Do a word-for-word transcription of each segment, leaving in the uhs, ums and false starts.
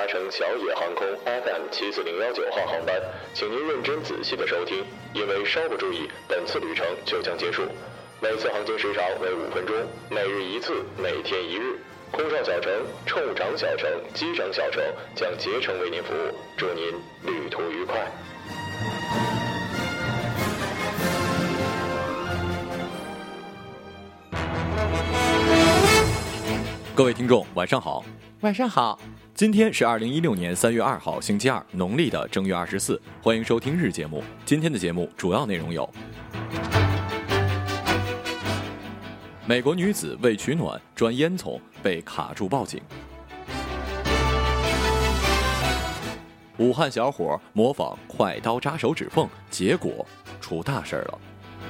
乘小野航空 F M 七四零幺九号航班，请您认真仔细的收听，因为稍不注意，本次旅程就将结束。每次航行时长为五分钟，每日一次，每天一日。空少小乘、乘务长小乘、机长小乘将竭诚为您服务，祝您旅途愉快。 各位听众，晚上好。 晚上好。 今天是二零一六年三月二号，星期二，农历的正月二十四。欢迎收听日节目。今天的节目主要内容有：美国女子为取暖钻烟囱被卡住报警；武汉小伙模仿快刀扎手指缝，结果出大事了；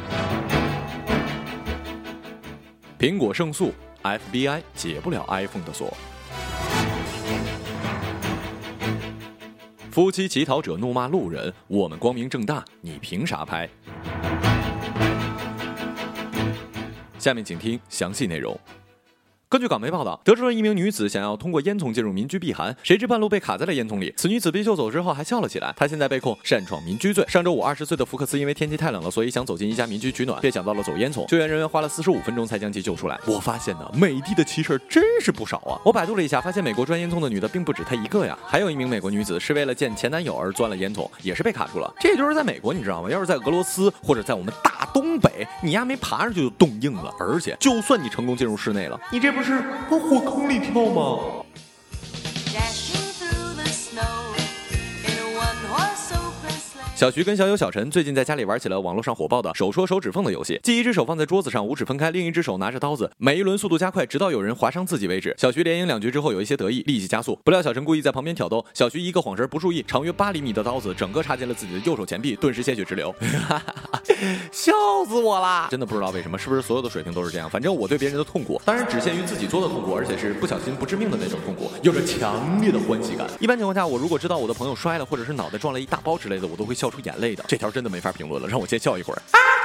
苹果胜诉 ，F B I 解不了 iPhone 的锁；夫妻乞讨者怒骂路人：“我们光明正大，你凭啥拍？”下面请听详细内容。根据港媒报道，德州的一名女子想要通过烟囱进入民居避寒，谁知半路被卡在了烟囱里。此女子被救走之后还笑了起来，她现在被控擅闯民居罪。上周五，二十岁的福克斯因为天气太冷了，所以想走进一家民居取暖，便想到了走烟囱。救援人员花了四十五分钟才将其救出来。我发现呢，美的的奇事真是不少啊！我百度了一下，发现美国钻烟囱的女的并不止她一个呀，还有一名美国女子是为了见前男友而钻了烟囱，也是被卡住了。这就是在美国，你知道吗？要是在俄罗斯或者在我们大东北，你丫没爬上去就冻硬了，而且就算你成功进入室内了，你这不是往火坑里跳吗？小徐跟小友小陈最近在家里玩起了网络上火爆的手戳手指缝的游戏，即一只手放在桌子上，五指分开，另一只手拿着刀子，每一轮速度加快，直到有人划伤自己为止。小徐连赢两局之后有一些得意，立即加速，不料小陈故意在旁边挑逗，小徐一个晃神不注意，长约八厘米的刀子整个插进了自己的右手前臂，顿时鲜血直流。笑死我啦！真的不知道为什么，是不是所有的水平都是这样？反正我对别人的痛苦，当然只限于自己做的痛苦，而且是不小心不致命的那种痛苦，有着强烈的欢喜感。一般情况下，我如果知道我的朋友摔了，或者是脑袋撞了一大包之类的，我都会笑出眼泪的。这条真的没法评论了，让我先笑一会儿。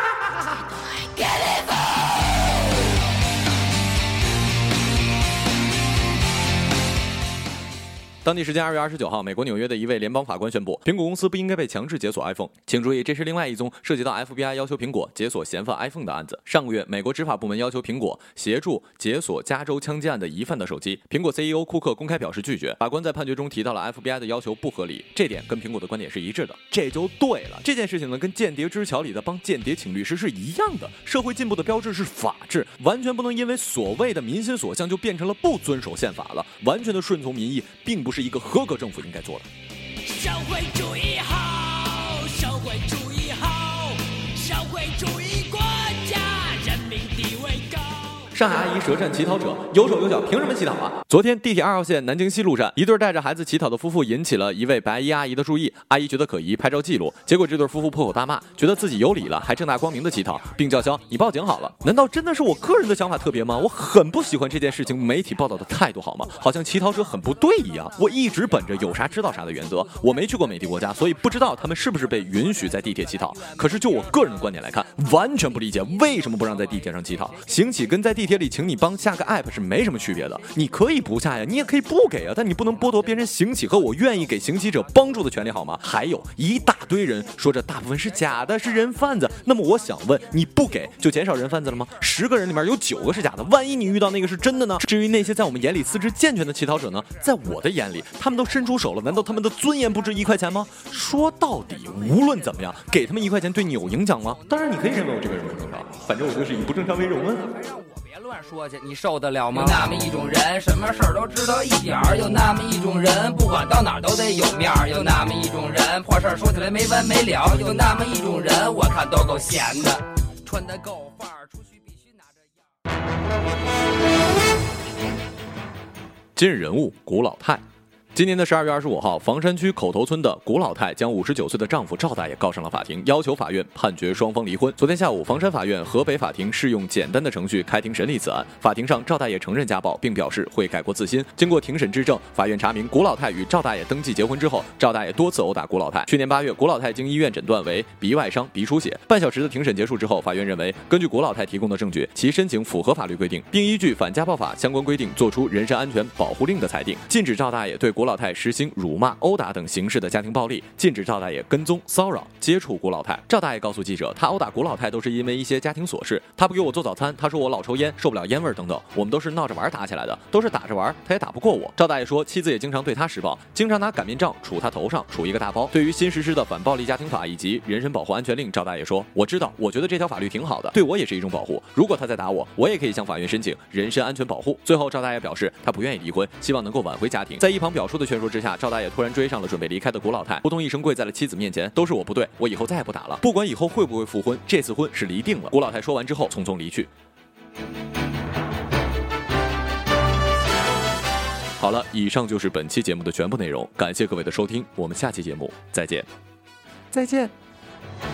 当地时间二月二十九号，美国纽约的一位联邦法官宣布，苹果公司不应该被强制解锁 iPhone。请注意，这是另外一宗涉及到 F B I 要求苹果解锁嫌犯 iPhone 的案子。上个月，美国执法部门要求苹果协助解锁加州枪击案的疑犯的手机，苹果 C E O 库克公开表示拒绝。法官在判决中提到了 F B I 的要求不合理，这点跟苹果的观点是一致的，这就对了。这件事情呢，跟《间谍之桥》里的帮间谍请律师是一样的。社会进步的标志是法治，完全不能因为所谓的民心所向就变成了不遵守宪法了。完全的顺从民意，并不是一个合格政府应该做的。 社会主义好，社会主义好，社会主义国家，人民地位高。 上海阿姨舌战乞讨者，有手有脚，凭什么乞讨啊？昨天地铁二号线南京西路上，一对带着孩子乞讨的夫妇引起了一位白衣阿姨的注意，阿姨觉得可疑，拍照记录，结果这对夫妇破口大骂，觉得自己有理了，还正大光明的乞讨，并叫嚣你报警好了。难道真的是我个人的想法特别吗？我很不喜欢这件事情媒体报道的态度好吗？好像乞讨者很不对一样。我一直本着有啥知道啥的原则，我没去过美帝国家，所以不知道他们是不是被允许在地铁乞讨。可是就我个人的观点来看，完全不理解为什么不让在地铁上乞讨。行乞跟在地铁里请你帮下个 app 是没什么区别的，你可以不下呀，你也可以不给啊，但你不能剥夺别人行乞和我愿意给行乞者帮助的权利好吗？还有一大堆人说这大部分是假的，是人贩子，那么我想问，你不给就减少人贩子了吗？十个人里面有九个是假的，万一你遇到那个是真的呢？至于那些在我们眼里四肢健全的乞讨者呢，在我的眼里他们都伸出手了，难道他们的尊严不值一块钱吗？说到底，无论怎么样，给他们一块钱对你有影响吗？当然你可以认为我这个人不正常，反正我就是以不正常为荣啊。 别乱说去，你受得了吗？ 有那么一种人，什么事儿都知道一点儿；有那么一种人，不管到哪儿都得有面儿；有那么一种人，破事儿说起来没完没了；有那么一种人，我看都够闲的，穿得够范儿，出去必须拿着样。 今日人物古老太。今年的十二月二十五号，房山区口头村的古老太将五十九岁的丈夫赵大爷告上了法庭，要求法院判决双方离婚。昨天下午，房山法院河北法庭适用简单的程序开庭审理此案。法庭上，赵大爷承认家暴，并表示会改过自新。经过庭审质证，法院查明古老太与赵大爷登记结婚之后，赵大爷多次殴打古老太。去年八月，古老太经医院诊断为鼻外伤、鼻出血。半小时的庭审结束之后，法院认为，根据古老太提供的证据，其申请符合法律规定，并依据反家暴法相关规定作出人身安全保护令的裁定，禁止赵大爷对古古老太实行辱骂、殴打等形式的家庭暴力，禁止赵大爷跟踪、骚扰、接触古老太。赵大爷告诉记者，他殴打古老太都是因为一些家庭琐事，他不给我做早餐，他说我老抽烟，受不了烟味等等，我们都是闹着玩打起来的，都是打着玩，他也打不过我。赵大爷说，妻子也经常对他施暴，经常拿擀面杖杵他头上，杵一个大包。对于新实施的反暴力家庭法以及人身保护安全令，赵大爷说，我知道，我觉得这条法律挺好的，对我也是一种保护，如果他再打我，我也可以向法院申请人身安全保护。最后赵大爷表示，他不愿意离婚，希望能够挽回家庭。在一旁表叔的劝说之下，赵大爷突然追上了准备离开的古老太，扑通一声跪在了妻子面前，都是我不对，我以后再也不打了，不管以后会不会复婚，这次婚是离定了。古老太说完之后匆匆离去。好了，以上就是本期节目的全部内容，感谢各位的收听，我们下期节目再见。 再见。